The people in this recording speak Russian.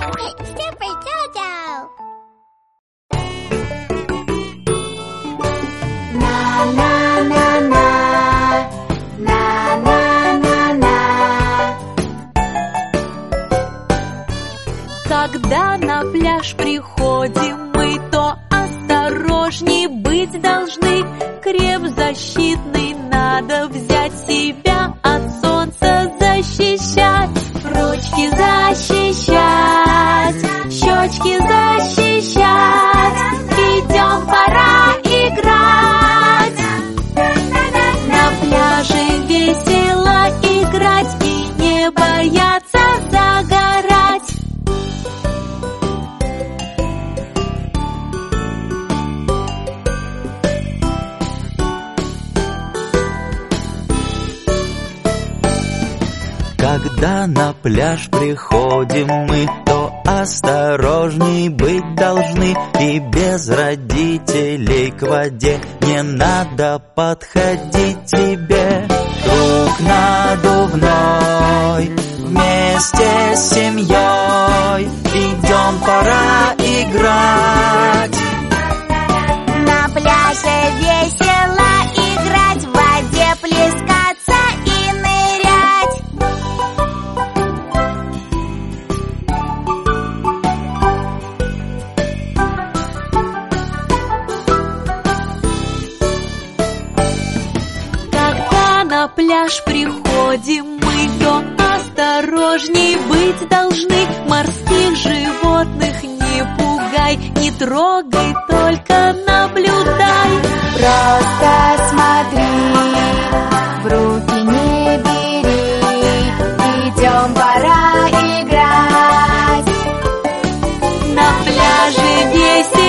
Super Jojo. На на на на, на на на на. Когда на пляж приходим мы, то осторожней быть должны. Крем защитный надо взять, себя от солнца защищать. Ручки защищать, щечки защищать. Идем, пора играть. На пляже весело играть и не бояться загорать. Когда на пляж приходим мы, то осторожней быть должны. И без родителей к воде не надо подходить тебе. Круг надувной вместе с семьей. Идем, пора играть. На пляже весело играть, в воде плескаться и нырять. Когда на пляж приходим мы, то осторожней быть должны. Морских животных не пугай, не трогай, только наблюдай. Просто смотри, в руки не бери. Идем, пора играть. На пляже весело